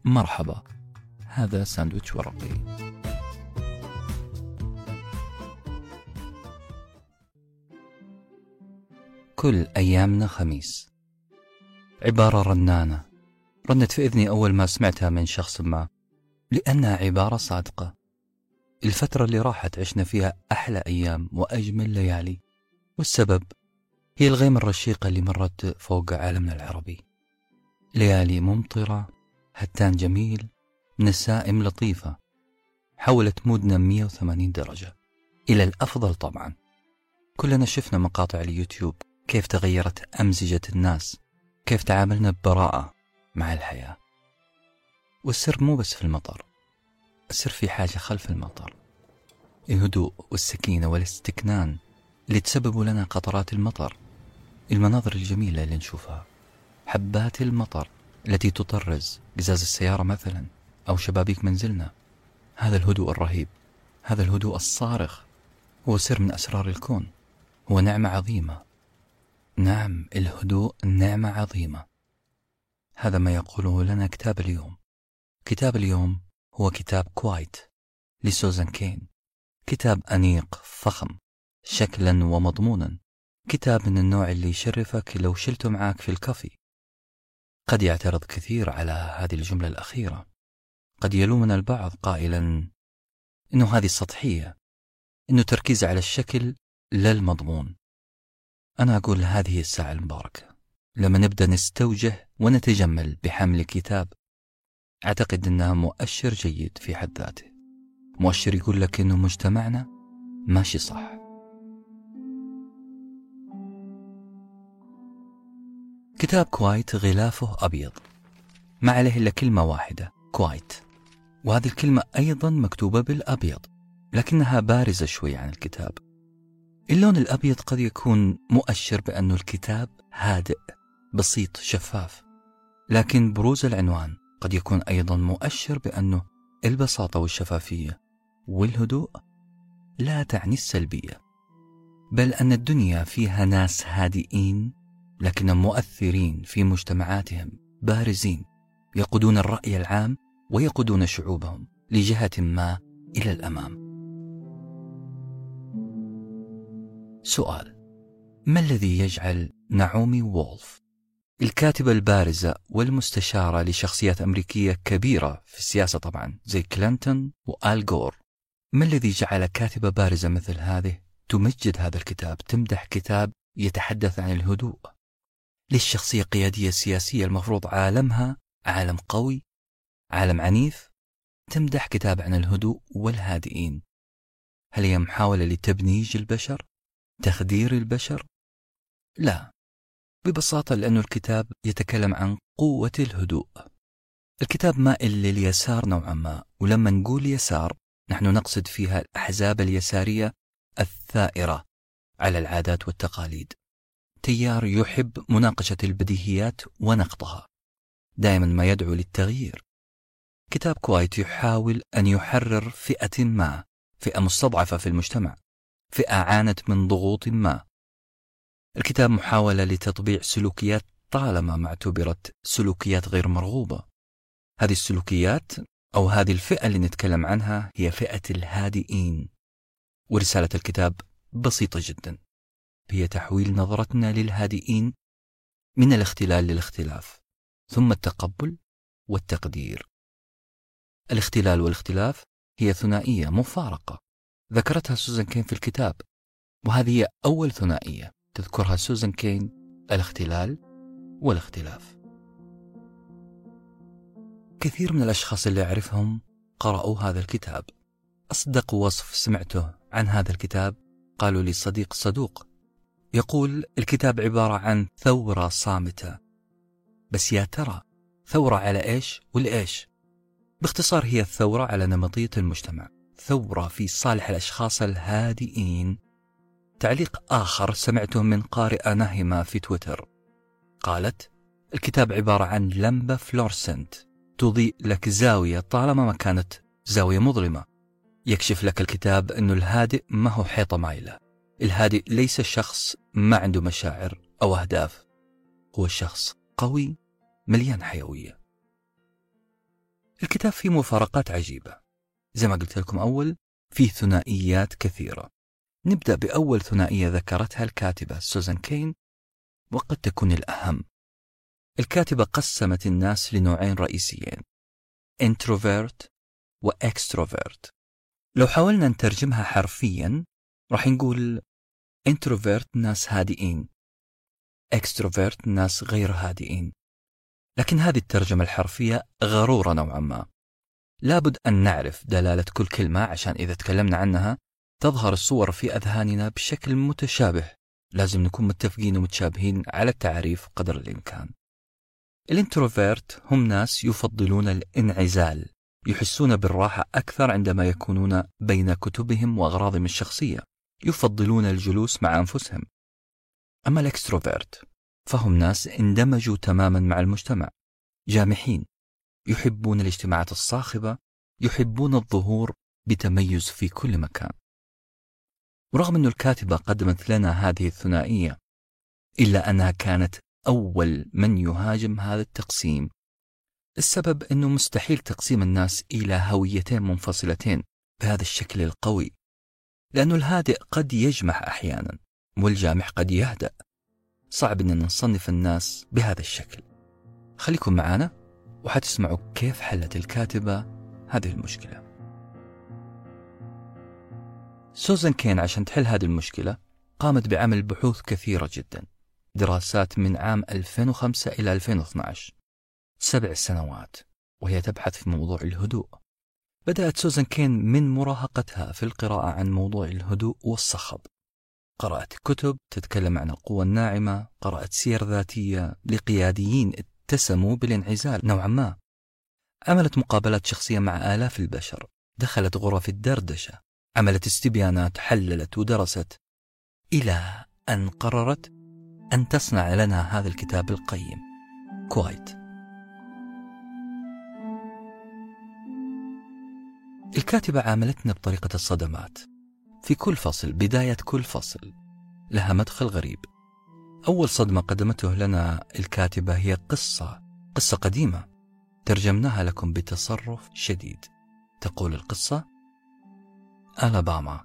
مرحبا، هذا ساندويتش ورقي. كل أيامنا خميس. عبارة رنانة رنت في إذني أول ما سمعتها من شخص ما، لأنها عبارة صادقة. الفترة اللي راحت عشنا فيها أحلى أيام وأجمل ليالي، والسبب هي الغيمة الرشيقة اللي مرت فوق عالمنا العربي. ليالي ممطرة، هتان جميل، نسائم لطيفة حولت مودنا 180 درجة إلى الأفضل. طبعا كلنا شفنا مقاطع اليوتيوب كيف تغيرت أمزجة الناس، كيف تعاملنا ببراءة مع الحياة. والسر مو بس في المطر، السر في حاجة خلف المطر، الهدوء والسكينة والاستكنان اللي تسببوا لنا قطرات المطر، المناظر الجميلة اللي نشوفها، حبات المطر التي تطرز قزاز السيارة مثلا أو شبابيك منزلنا. هذا الهدوء الرهيب، هذا الهدوء الصارخ هو سر من أسرار الكون، هو نعمة عظيمة. نعم، الهدوء نعمة عظيمة. هذا ما يقوله لنا كتاب اليوم. كتاب اليوم هو كتاب كوايت لسوزان كين، كتاب أنيق فخم شكلا ومضمونا، كتاب من النوع اللي يشرفك لو شلته معاك في الكافي. قد يعترض كثير على هذه الجملة الأخيرة، قد يلومنا البعض قائلا إنه هذه سطحية، إنه تركيز على الشكل لا المضمون. أنا أقول هذه الساعة المباركة لما نبدأ نستوجه ونتجمل بحمل كتاب. أعتقد أنها مؤشر جيد في حد ذاته، مؤشر يقول لك إنه مجتمعنا ماشي صح. كتاب كوايت غلافه أبيض، ما عليه إلا كلمة واحدة، كوايت، وهذه الكلمة أيضا مكتوبة بالأبيض لكنها بارزة شوي عن الكتاب. اللون الأبيض قد يكون مؤشر بأنه الكتاب هادئ بسيط شفاف، لكن بروز العنوان قد يكون أيضا مؤشر بأنه البساطة والشفافية والهدوء لا تعني السلبية، بل أن الدنيا فيها ناس هادئين لكنهم مؤثرين في مجتمعاتهم، بارزين، يقودون الرأي العام ويقودون شعوبهم لجهة ما إلى الأمام. سؤال: ما الذي يجعل نعومي وولف، الكاتبة البارزة والمستشارة لشخصيات أمريكية كبيرة في السياسة طبعا زي كلينتون وآل غور، ما الذي جعل كاتبة بارزة مثل هذه تمجد هذا الكتاب، تمدح كتاب يتحدث عن الهدوء؟ ليش شخصية قيادية سياسية المفروض عالمها عالم قوي، عالم عنيف، تمدح كتاب عن الهدوء والهادئين؟ هل هي محاولة لتبنيج البشر؟ تخدير البشر؟ لا، ببساطة لأن الكتاب يتكلم عن قوة الهدوء. الكتاب مائل لليسار نوعا ما، ولما نقول يسار نحن نقصد فيها الأحزاب اليسارية الثائرة على العادات والتقاليد، تيار يحب مناقشة البديهيات ونقضها، دائما ما يدعو للتغيير. كتاب كوايت يحاول أن يحرر فئة ما، فئة مستضعفة في المجتمع، فئة عانت من ضغوط ما. الكتاب محاولة لتطبيع سلوكيات طالما ما اعتبرت سلوكيات غير مرغوبة. هذه السلوكيات أو هذه الفئة اللي نتكلم عنها هي فئة الهادئين. ورسالة الكتاب بسيطة جدا، هي تحويل نظرتنا للهادئين من الاختلال للاختلاف، ثم التقبل والتقدير. الاختلال والاختلاف هي ثنائية مفارقة ذكرتها سوزان كين في الكتاب، وهذه هي أول ثنائية تذكرها سوزان كين، الاختلال والاختلاف. كثير من الأشخاص اللي أعرفهم قرأوا هذا الكتاب. أصدق وصف سمعته عن هذا الكتاب قالوا لي صديق صدوق يقول الكتاب عبارة عن ثورة صامتة. بس يا ترى ثورة على إيش والإيش؟ باختصار هي الثورة على نمطية المجتمع، ثورة في صالح الأشخاص الهادئين. تعليق آخر سمعته من قارئة نهمة في تويتر قالت الكتاب عبارة عن لمبة فلورسنت تضيء لك زاوية طالما ما كانت زاوية مظلمة. يكشف لك الكتاب أنه الهادئ ما هو حيطة مايلة، الهادئ ليس شخص ما عنده مشاعر أو أهداف، هو شخص قوي مليان حيوية. الكتاب فيه مفارقات عجيبة. زي ما قلت لكم أول، فيه ثنائيات كثيرة. نبدأ بأول ثنائية ذكرتها الكاتبة سوزان كين، وقد تكون الأهم. الكاتبة قسمت الناس لنوعين رئيسيين: introvert و extrovert. لو حاولنا نترجمها حرفيا راح نقول introvert ناس هادئين، extrovert ناس غير هادئين. لكن هذه الترجمة الحرفية غرورة نوعا ما. لابد أن نعرف دلالة كل كلمة عشان إذا تكلمنا عنها تظهر الصور في أذهاننا بشكل متشابه. لازم نكون متفقين ومتشابهين على التعريف قدر الإمكان. الانتروفيرت هم ناس يفضلون الانعزال، يحسون بالراحة أكثر عندما يكونون بين كتبهم وأغراضهم الشخصية، يفضلون الجلوس مع أنفسهم. أما الإكستروفيرت فهم ناس اندمجوا تماما مع المجتمع، جامحين، يحبون الاجتماعات الصاخبة، يحبون الظهور بتميز في كل مكان. ورغم أن الكاتبة قدمت لنا هذه الثنائية، إلا أنها كانت أول من يهاجم هذا التقسيم. السبب أنه مستحيل تقسيم الناس إلى هويتين منفصلتين بهذا الشكل القوي، لأن الهادئ قد يجمح أحيانا والجامح قد يهدأ. صعب أننا نصنف الناس بهذا الشكل. خليكم معنا وحتسمعوا كيف حلت الكاتبة هذه المشكلة. سوزان كين عشان تحل هذه المشكلة قامت بعمل بحوث كثيرة جدا، دراسات من عام 2005 إلى 2012، 7 سنوات وهي تبحث في موضوع الهدوء. بدأت سوزان كين من مراهقتها في القراءة عن موضوع الهدوء والصخب. قرأت كتب تتكلم عن القوة الناعمة، قرأت سير ذاتية لقياديين اتسموا بالانعزال نوعا ما، عملت مقابلات شخصية مع آلاف البشر، دخلت غرف الدردشة، عملت استبيانات، حللت ودرست، إلى أن قررت أن تصنع لنا هذا الكتاب القيم كوايت. الكاتبة عاملتنا بطريقة الصدمات. في كل فصل، بداية كل فصل لها مدخل غريب. أول صدمة قدمته لنا الكاتبة هي قصة قديمة ترجمناها لكم بتصرف شديد. تقول القصة: ألاباما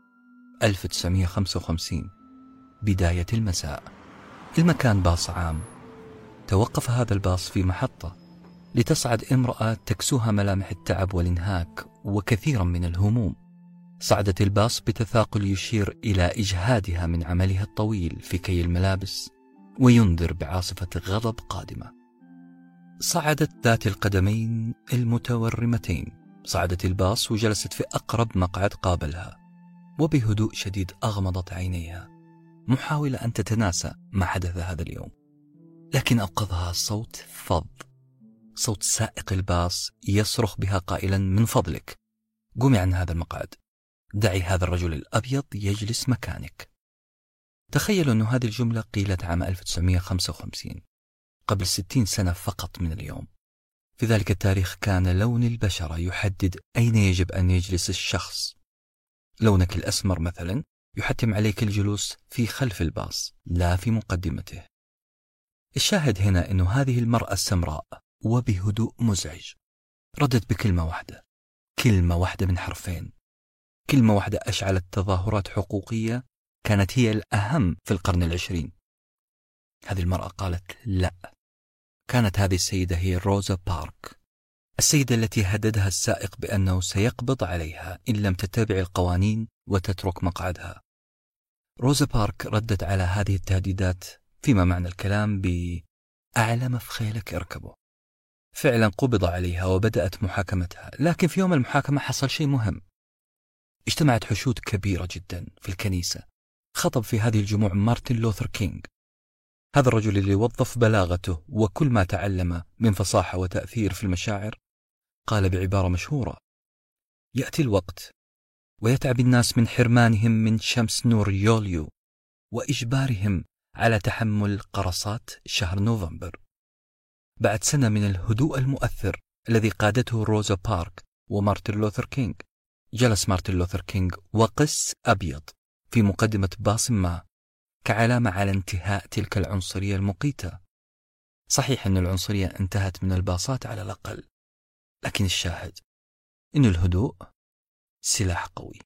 1955، بداية المساء. المكان باص عام. توقف هذا الباص في محطة لتصعد امرأة تكسوها ملامح التعب والانهاك وكثيرا من الهموم. صعدت الباص بتثاقل يشير إلى إجهادها من عملها الطويل في كي الملابس وينذر بعاصفة غضب قادمة. صعدت ذات القدمين المتورمتين، صعدت الباص وجلست في أقرب مقعد قابلها، وبهدوء شديد أغمضت عينيها محاولة أن تتناسى ما حدث هذا اليوم. لكن أوقظها صوت فظ، صوت سائق الباص يصرخ بها قائلا: من فضلك قومي عن هذا المقعد، دعي هذا الرجل الأبيض يجلس مكانك. تخيلوا أن هذه الجملة قيلت عام 1955، قبل 60 سنة فقط من اليوم. في ذلك التاريخ كان لون البشرة يحدد أين يجب أن يجلس الشخص. لونك الأسمر مثلا يحتم عليك الجلوس في خلف الباص لا في مقدمته. الشاهد هنا أن هذه المرأة السمراء وبهدوء مزعج ردت بكلمة واحدة، كلمة واحدة من حرفين، كلمة واحدة أشعلت تظاهرات حقوقية كانت هي الأهم في القرن العشرين. هذه المرأة قالت لا. كانت هذه السيدة هي روزا بارك، السيدة التي هددها السائق بأنه سيقبض عليها إن لم تتبع القوانين وتترك مقعدها. روزا بارك ردت على هذه التهديدات فيما معنى الكلام بأعلى مفخيلك اركبه. فعلا قبض عليها وبدأت محاكمتها، لكن في يوم المحاكمة حصل شيء مهم. اجتمعت حشود كبيرة جدا في الكنيسة. خطب في هذه الجموع مارتن لوثر كينغ، هذا الرجل اللي وظف بلاغته وكل ما تعلم من فصاحة وتأثير في المشاعر. قال بعبارة مشهورة: يأتي الوقت ويتعب الناس من حرمانهم من شمس نور يوليو وإجبارهم على تحمل قرصات شهر نوفمبر. بعد سنة من الهدوء المؤثر الذي قادته روزا بارك ومارتن لوثر كينغ، جلس مارتن لوثر كينغ وقس أبيض في مقدمة باص ما كعلامة على انتهاء تلك العنصرية المقيتة. صحيح أن العنصرية انتهت من الباصات على الأقل، لكن الشاهد إنه الهدوء سلاح قوي.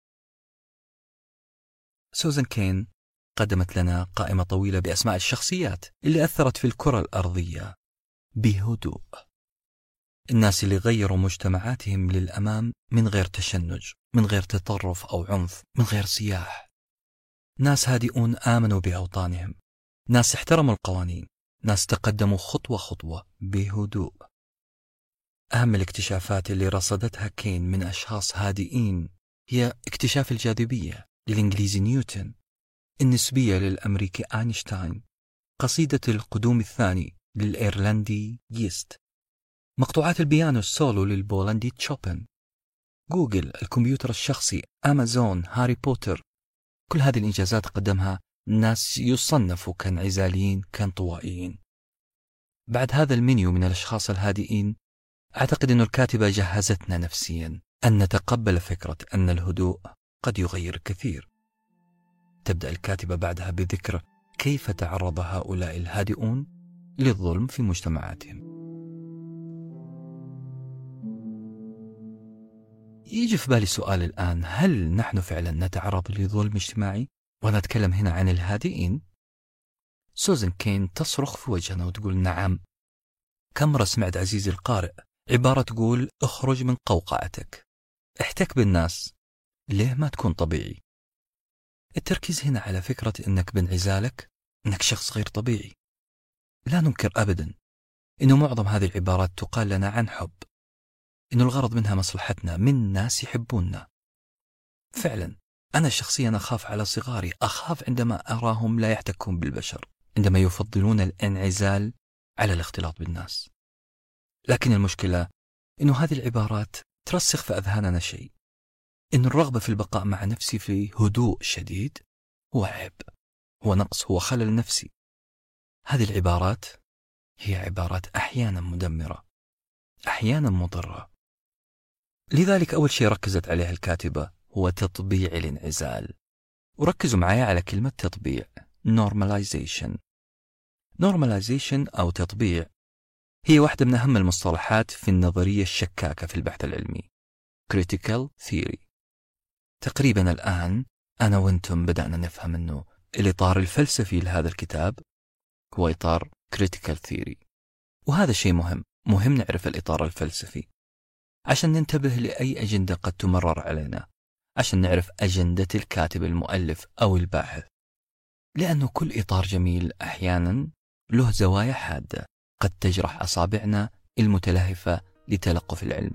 سوزان كين قدمت لنا قائمة طويلة بأسماء الشخصيات اللي أثرت في الكرة الأرضية بهدوء. الناس اللي غيروا مجتمعاتهم للأمام من غير تشنج، من غير تطرف أو عنف، من غير سياح. ناس هادئون آمنوا بأوطانهم، ناس احترموا القوانين، ناس تقدموا خطوة خطوة بهدوء. أهم الاكتشافات اللي رصدتها كين من أشخاص هادئين هي اكتشاف الجاذبية للإنجليزي نيوتن، النسبية للأمريكي أينشتاين، قصيدة القدوم الثاني للإيرلندي ييست، مقطوعات البيانو السولو للبولندي تشوبن، جوجل، الكمبيوتر الشخصي، أمازون، هاري بوتر. كل هذه الإنجازات قدمها ناس يصنفوا كانعزاليين كانطوائيين. بعد هذا المنيو من الأشخاص الهادئين، أعتقد أن الكاتبة جهزتنا نفسيا أن نتقبل فكرة أن الهدوء قد يغير الكثير. تبدأ الكاتبة بعدها بذكر كيف تعرض هؤلاء الهادئون للظلم في مجتمعاتهم. يجي في بالي سؤال الآن: هل نحن فعلا نتعرض لظلم اجتماعي؟ ونتكلم هنا عن الهادئين. سوزان كين تصرخ في وجهنا وتقول: نعم. كم مرة سمعت عزيزي القارئ عبارة تقول: اخرج من قوقعتك، احتك بالناس، ليه ما تكون طبيعي؟ التركيز هنا على فكرة أنك بانعزالك أنك شخص غير طبيعي. لا ننكر أبدا أنه معظم هذه العبارات تقال لنا عن حب، أنه الغرض منها مصلحتنا من ناس يحبوننا. فعلا أنا شخصيا أخاف على صغاري، أخاف عندما أراهم لا يحتكون بالبشر، عندما يفضلون الانعزال على الاختلاط بالناس. لكن المشكلة أنه هذه العبارات ترسخ في أذهاننا شيء، أن الرغبة في البقاء مع نفسي في هدوء شديد هو عيب، هو نقص، هو خلل نفسي. هذه العبارات هي عبارات أحيانا مدمرة، أحيانا مضرة. لذلك أول شيء ركزت عليه الكاتبة هو تطبيع الانعزال. وركزوا معي على كلمة تطبيع، normalization. normalization أو تطبيع هي واحدة من أهم المصطلحات في النظرية الشكاكة في البحث العلمي، critical theory. تقريبا الآن أنا وأنتم بدأنا نفهم أنه الإطار الفلسفي لهذا الكتاب هو إطار critical theory، وهذا شيء مهم نعرف الإطار الفلسفي عشان ننتبه لأي أجندة قد تمرر علينا، عشان نعرف أجندة الكاتب المؤلف أو الباحث. لأنه كل إطار جميل أحيانا له زوايا حادة قد تجرح أصابعنا المتلهفة لتلقف العلم.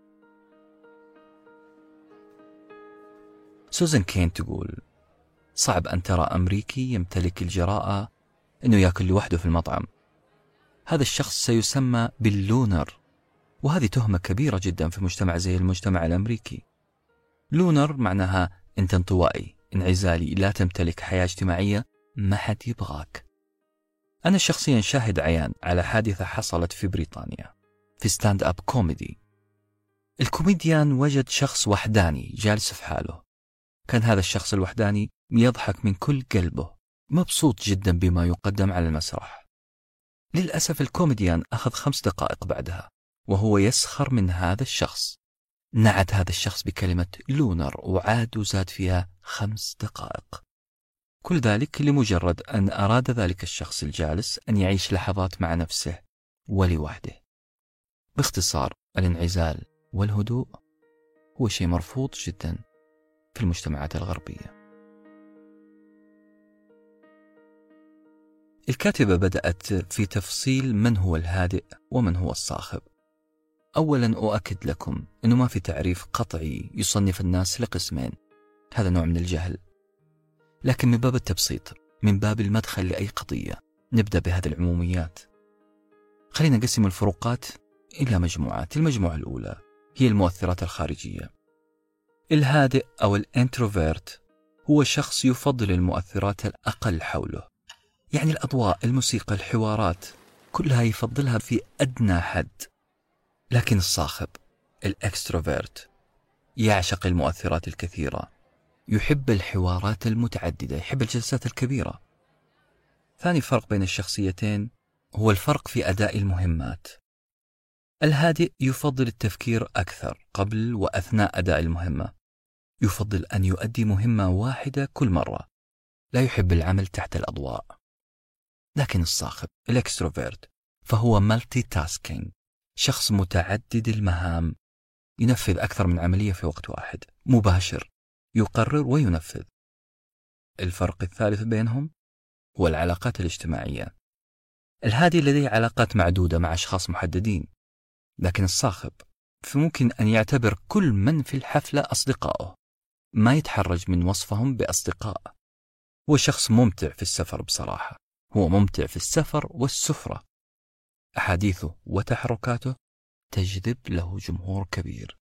سوزان كين تقول: صعب أن ترى أمريكي يمتلك الجراءة أنه يأكل لوحده في المطعم. هذا الشخص سيسمى باللونر، وهذه تهمة كبيرة جدا في مجتمع زي المجتمع الأمريكي. لونر معناها أنت انطوائي، انعزالي، لا تمتلك حياة اجتماعية، ما حد يبغاك. أنا شخصيا شاهد عيان على حادثة حصلت في بريطانيا في ستاند أب كوميدي. الكوميديان وجد شخص وحداني جالس في حاله. كان هذا الشخص الوحداني يضحك من كل قلبه، مبسوط جدا بما يقدم على المسرح. للأسف الكوميديان أخذ 5 دقائق بعدها وهو يسخر من هذا الشخص، نعت هذا الشخص بكلمة لونر وعاد وزاد فيها 5 دقائق. كل ذلك لمجرد أن أراد ذلك الشخص الجالس أن يعيش لحظات مع نفسه ولوحده. باختصار، الانعزال والهدوء هو شيء مرفوض جدا في المجتمعات الغربية. الكاتبة بدأت في تفصيل من هو الهادئ ومن هو الصاخب. أولا أؤكد لكم أنه ما في تعريف قطعي يصنف الناس لقسمين، هذا نوع من الجهل. لكن من باب التبسيط، من باب المدخل لأي قضية، نبدأ بهذه العموميات. خلينا نقسم الفروقات إلى مجموعات. المجموعة الأولى هي المؤثرات الخارجية. الهادئ أو الانتروفيرت هو شخص يفضل المؤثرات الأقل حوله، يعني الأضواء، الموسيقى، الحوارات، كلها يفضلها في أدنى حد. لكن الصاخب الإكستروفيرت يعشق المؤثرات الكثيرة، يحب الحوارات المتعددة، يحب الجلسات الكبيرة. ثاني فرق بين الشخصيتين هو الفرق في أداء المهمات. الهادئ يفضل التفكير أكثر قبل وأثناء أداء المهمة. يفضل أن يؤدي مهمة واحدة كل مرة. لا يحب العمل تحت الأضواء. لكن الصاخب الإكستروفيرت فهو مالتي تاسكينج، شخص متعدد المهام، ينفذ أكثر من عملية في وقت واحد، مباشر، يقرر وينفذ. الفرق الثالث بينهم هو العلاقات الاجتماعية. الهادي لديه علاقات معدودة مع أشخاص محددين، لكن الصاخب فممكن أن يعتبر كل من في الحفلة أصدقائه، ما يتحرج من وصفهم بأصدقاء. هو شخص ممتع في السفر بصراحة، هو ممتع في السفر والسفرة. أحاديثه وتحركاته تجذب له جمهور كبير.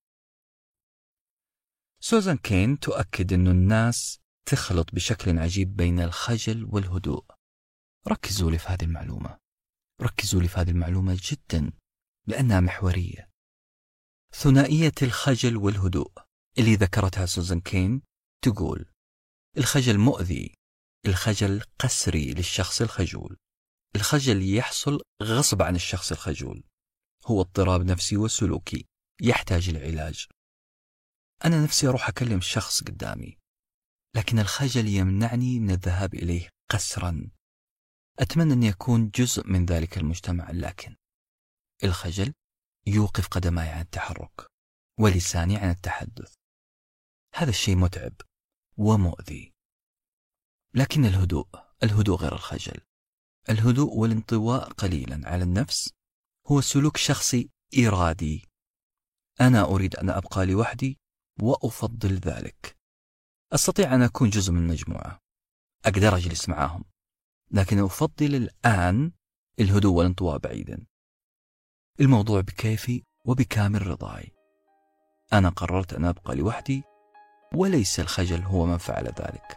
سوزان كين تؤكد أن الناس تخلط بشكل عجيب بين الخجل والهدوء. ركزوا لي في هذه المعلومة، ركزوا لي في هذه المعلومة جدا لأنها محورية. ثنائية الخجل والهدوء اللي ذكرتها سوزان كين تقول: الخجل مؤذي، الخجل قسري للشخص الخجول. الخجل يحصل غصب عن الشخص الخجول، هو اضطراب نفسي وسلوكي يحتاج العلاج. أنا نفسي أروح أكلم شخص قدامي، لكن الخجل يمنعني من الذهاب إليه قسرا. أتمنى أن يكون جزء من ذلك المجتمع، لكن الخجل يوقف قدماي عن التحرك ولساني عن التحدث. هذا الشيء متعب ومؤذي. لكن الهدوء غير الخجل. الهدوء والانطواء قليلا على النفس هو سلوك شخصي إرادي. أنا أريد أن أبقى لوحدي وأفضل ذلك. أستطيع أن أكون جزء من مجموعة، أقدر أجلس معهم، لكن أفضل الآن الهدوء والانطواء بعيدا. الموضوع بكيفي وبكامل رضاي. أنا قررت أن أبقى لوحدي، وليس الخجل هو من فعل ذلك.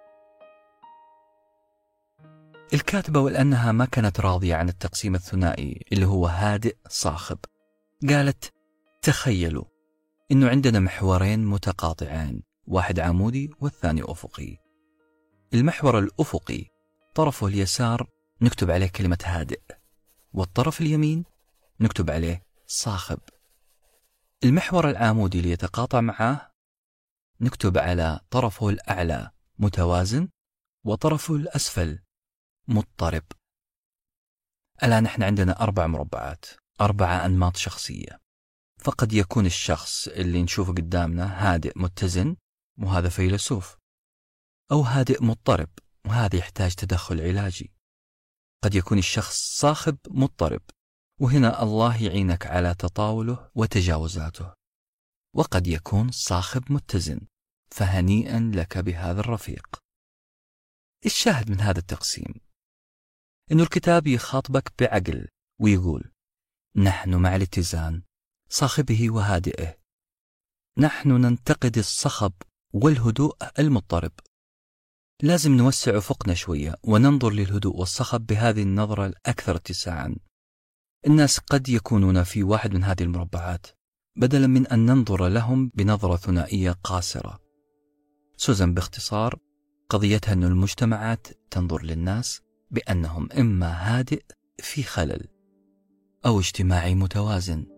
الكاتبة ولأنها ما كانت راضية عن التقسيم الثنائي اللي هو هادئ صاخب، قالت: تخيلوا إنه عندنا محورين متقاطعين، واحد عمودي والثاني أفقي. المحور الأفقي طرفه اليسار نكتب عليه كلمة هادئ، والطرف اليمين نكتب عليه صاخب. المحور العمودي اللي يتقاطع معه نكتب على طرفه الأعلى متوازن وطرفه الأسفل مضطرب. الآن احنا عندنا 4 مربعات، 4 أنماط شخصية. فقد يكون الشخص اللي نشوفه قدامنا هادئ متزن، وهذا فيلسوف، أو هادئ مضطرب، وهذا يحتاج تدخل علاجي. قد يكون الشخص صاخب مضطرب، وهنا الله يعينك على تطاوله وتجاوزاته. وقد يكون صاخب متزن، فهنيئا لك بهذا الرفيق. الشاهد من هذا التقسيم إنه الكتاب يخاطبك بعقل ويقول: نحن مع الاتزان، صاخبه وهادئه. نحن ننتقد الصخب والهدوء المضطرب. لازم نوسع أفقنا شوية وننظر للهدوء والصخب بهذه النظرة الأكثر اتساعا. الناس قد يكونون في واحد من هذه المربعات، بدلا من أن ننظر لهم بنظرة ثنائية قاصرة. سوزان باختصار قضيتها أن المجتمعات تنظر للناس بأنهم إما هادئ في خلل أو اجتماعي متوازن.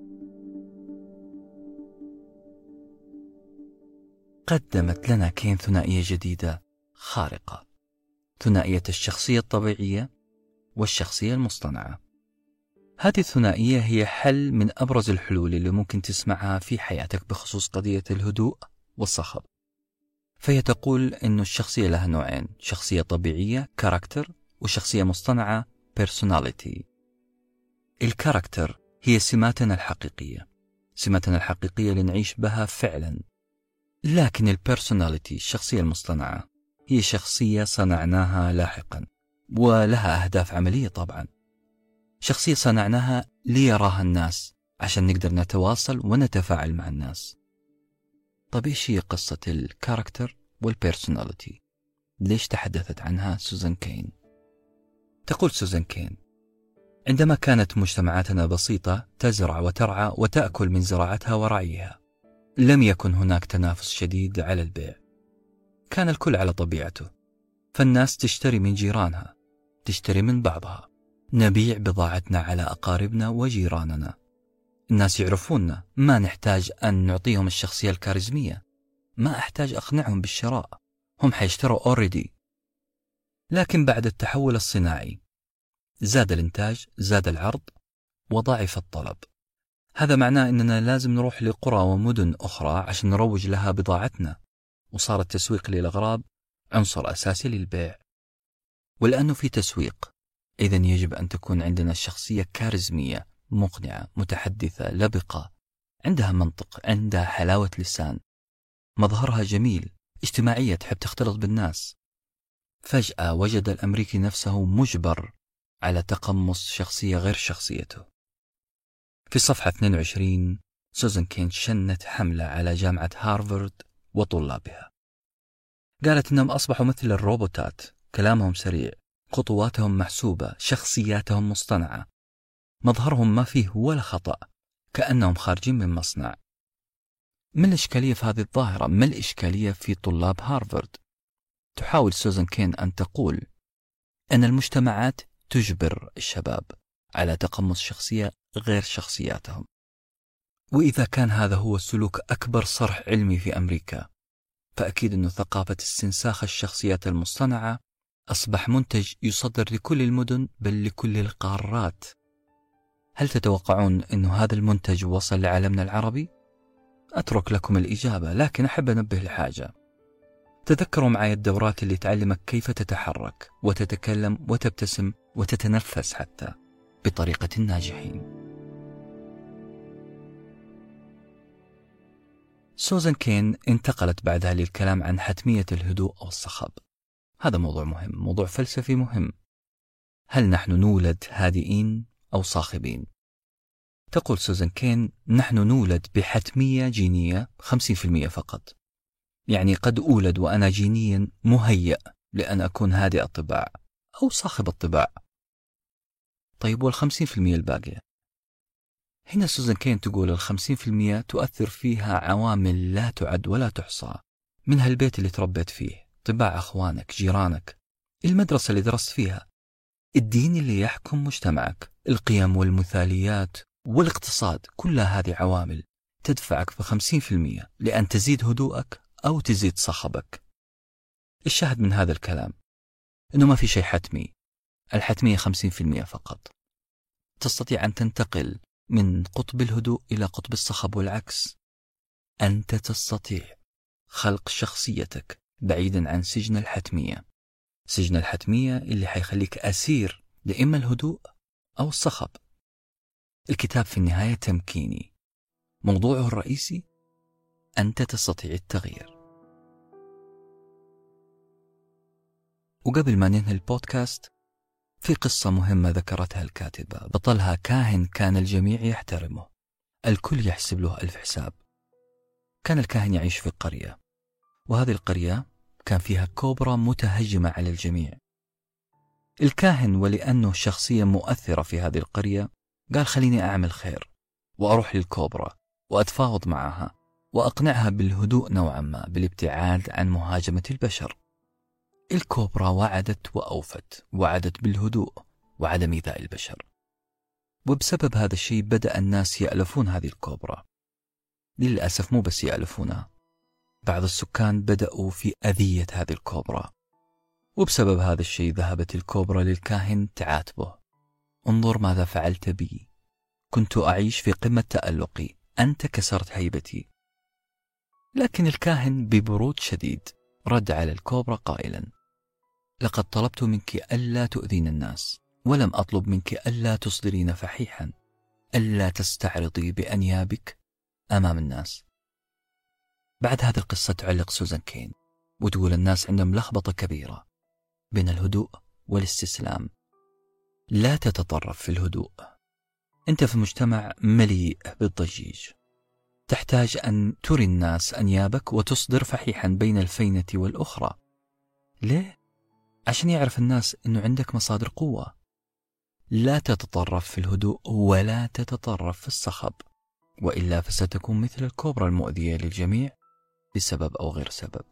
قدمت لنا كين ثنائية جديدة خارقة، ثنائية الشخصية الطبيعية والشخصية المصطنعة. هذه الثنائية هي حل من أبرز الحلول اللي ممكن تسمعها في حياتك بخصوص قضية الهدوء والصخب. فهي تقول إنه الشخصية لها نوعين: شخصية طبيعية كاركتر، وشخصية مصطنعة personality. الكاركتر هي سماتنا الحقيقية، سماتنا الحقيقية اللي نعيش بها فعلا. لكن البيرسوناليتي الشخصية المصطنعة هي شخصية صنعناها لاحقا، ولها أهداف عملية طبعا. شخصية صنعناها ليراها الناس عشان نقدر نتواصل ونتفاعل مع الناس. طب إيش هي قصة الكاركتر والبيرسوناليتي؟ ليش تحدثت عنها سوزان كين؟ تقول سوزان كين: عندما كانت مجتمعاتنا بسيطة تزرع وترعى وتأكل من زراعتها ورعيها، لم يكن هناك تنافس شديد على البيع. كان الكل على طبيعته، فالناس تشتري من جيرانها، تشتري من بعضها، نبيع بضاعتنا على أقاربنا وجيراننا. الناس يعرفوننا، ما نحتاج أن نعطيهم الشخصية الكاريزمية، ما أحتاج أقنعهم بالشراء، هم حيشتروا أوريدي. لكن بعد التحول الصناعي زاد الإنتاج، زاد العرض، وضاعف الطلب. هذا معناه أننا لازم نروح لقرى ومدن أخرى عشان نروج لها بضاعتنا، وصار التسويق للأغراض عنصر أساسي للبيع. ولأنه في تسويق، إذن يجب أن تكون عندنا الشخصية كاريزمية، مقنعة، متحدثة، لبقة، عندها منطق، عندها حلاوة لسان، مظهرها جميل، اجتماعية، تحب تختلط بالناس. فجأة وجد الأمريكي نفسه مجبر على تقمص شخصية غير شخصيته. في صفحة 22 سوزان كين شنت حملة على جامعة هارفارد وطلابها. قالت إنهم أصبحوا مثل الروبوتات، كلامهم سريع، خطواتهم محسوبة، شخصياتهم مصطنعة، مظهرهم ما فيه ولا خطأ، كأنهم خارجين من مصنع. ما الإشكالية في هذه الظاهرة؟ ما الإشكالية في طلاب هارفارد؟ تحاول سوزان كين أن تقول أن المجتمعات تجبر الشباب على تقمص شخصية غير شخصياتهم. وإذا كان هذا هو سلوك أكبر صرح علمي في أمريكا، فأكيد أن ثقافة استنساخ الشخصيات المصطنعة أصبح منتج يصدر لكل المدن، بل لكل القارات. هل تتوقعون أن هذا المنتج وصل لعالمنا العربي؟ أترك لكم الإجابة، لكن أحب أنبه لحاجة. تذكروا معي الدورات اللي تعلمك كيف تتحرك وتتكلم وتبتسم وتتنفس حتى بطريقة الناجحين. سوزان كين انتقلت بعدها للكلام عن حتمية الهدوء أو الصخب. هذا موضوع مهم، موضوع فلسفي مهم. هل نحن نولد هادئين أو صاخبين؟ تقول سوزان كين: نحن نولد بحتمية جينية 50% فقط. يعني قد أولد وأنا جينيا مهيأ لأن أكون هادئ الطباع أو صاخب الطباع. طيب وال50% الباقية؟ هنا سوزان كين تقول 50% تؤثر فيها عوامل لا تعد ولا تحصى، منها البيت اللي تربيت فيه، طباع أخوانك، جيرانك، المدرسة اللي درست فيها، الدين اللي يحكم مجتمعك، القيم والمثاليات والاقتصاد. كل هذه عوامل تدفعك في 50% لأن تزيد هدوءك أو تزيد صخبك. الشاهد من هذا الكلام أنه ما في شيء حتمي، الحتمية 50% فقط. تستطيع أن تنتقل من قطب الهدوء إلى قطب الصخب والعكس. أنت تستطيع خلق شخصيتك بعيدا عن سجن الحتمية، سجن الحتمية اللي حيخليك أسير لإما الهدوء أو الصخب. الكتاب في النهاية تمكيني، موضوعه الرئيسي أنت تستطيع التغيير. وقبل ما ننهي البودكاست، في قصة مهمة ذكرتها الكاتبة. بطلها كاهن كان الجميع يحترمه، الكل يحسب له 1000 حساب. كان الكاهن يعيش في قرية، وهذه القرية كان فيها كوبرا متهجمة على الجميع. الكاهن ولأنه شخصية مؤثرة في هذه القرية قال: خليني أعمل خير وأروح للكوبرا وأتفاوض معها وأقنعها بالهدوء نوعا ما، بالابتعاد عن مهاجمة البشر. الكوبرا وعدت وأوفت، وعدت بالهدوء وعدم إيذاء البشر. وبسبب هذا الشيء بدأ الناس يألفون هذه الكوبرا. للأسف مو بس يألفونها، بعض السكان بدأوا في أذية هذه الكوبرا. وبسبب هذا الشيء ذهبت الكوبرا للكاهن تعاتبه: انظر ماذا فعلت بي، كنت أعيش في قمة تألقي، أنت كسرت هيبتي. لكن الكاهن ببرود شديد رد على الكوبرا قائلا: لقد طلبت منك ألا تؤذين الناس، ولم أطلب منك ألا تصدرين فحيحا، ألا تستعرضي بأنيابك أمام الناس. بعد هذه القصة تعلق سوزان كين وتقول: الناس عندهم لخبطة كبيرة بين الهدوء والاستسلام. لا تتطرف في الهدوء. أنت في مجتمع مليء بالضجيج، تحتاج أن تري الناس أنيابك وتصدر فحيحا بين الفينة والأخرى. ليه؟ عشان يعرف الناس أنه عندك مصادر قوة. لا تتطرف في الهدوء ولا تتطرف في الصخب، وإلا فستكون مثل الكوبرا المؤذية للجميع بسبب أو غير سبب.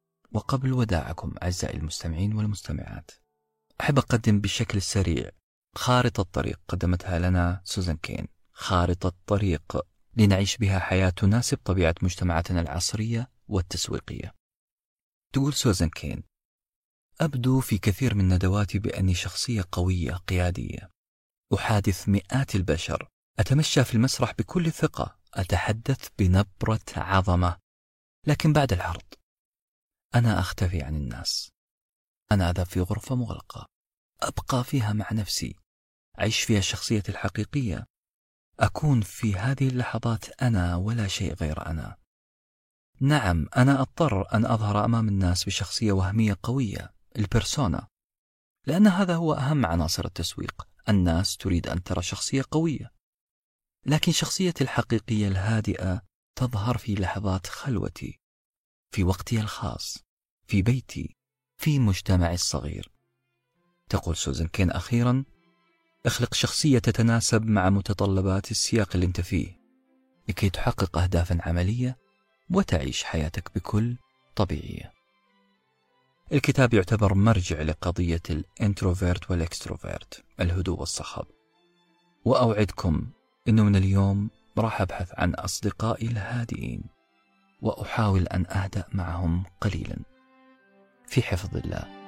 وقبل وداعكم أعزائي المستمعين والمستمعات، أحب أقدم بشكل سريع خارطة طريق قدمتها لنا سوزان كين، خارطة طريق لنعيش بها حياة تناسب طبيعة مجتمعاتنا العصرية والتسويقية. تقول سوزان كين: أبدو في كثير من ندواتي بأني شخصية قوية قيادية، أحادث مئات البشر، أتمشى في المسرح بكل ثقة، أتحدث بنبرة عظمة، لكن بعد العرض أنا أختفي عن الناس. أنا أذهب في غرفة مغلقة، أبقى فيها مع نفسي، أعيش فيها شخصيتي الحقيقية، أكون في هذه اللحظات أنا ولا شيء غير أنا. نعم، أنا أضطر أن أظهر أمام الناس بشخصية وهمية قوية، البيرسونا، لأن هذا هو أهم عناصر التسويق. الناس تريد أن ترى شخصية قوية، لكن شخصيتي الحقيقية الهادئة تظهر في لحظات خلوتي، في وقتي الخاص، في بيتي، في مجتمعي الصغير. تقول سوزان كين أخيرا: اخلق شخصية تتناسب مع متطلبات السياق اللي انت فيه لكي تحقق أهدافا عملية وتعيش حياتك بكل طبيعية. الكتاب يعتبر مرجع لقضية الانتروفيرت والاكستروفيرت، الهدوء والصخب، وأوعدكم أنه من اليوم راح أبحث عن أصدقائي الهادئين وأحاول أن أهدأ معهم قليلا في حفظ الله.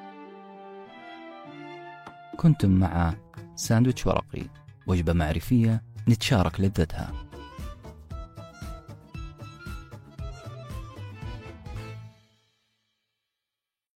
كنتم مع ساندويتش ورقي، وجبة معرفية نتشارك لذتها.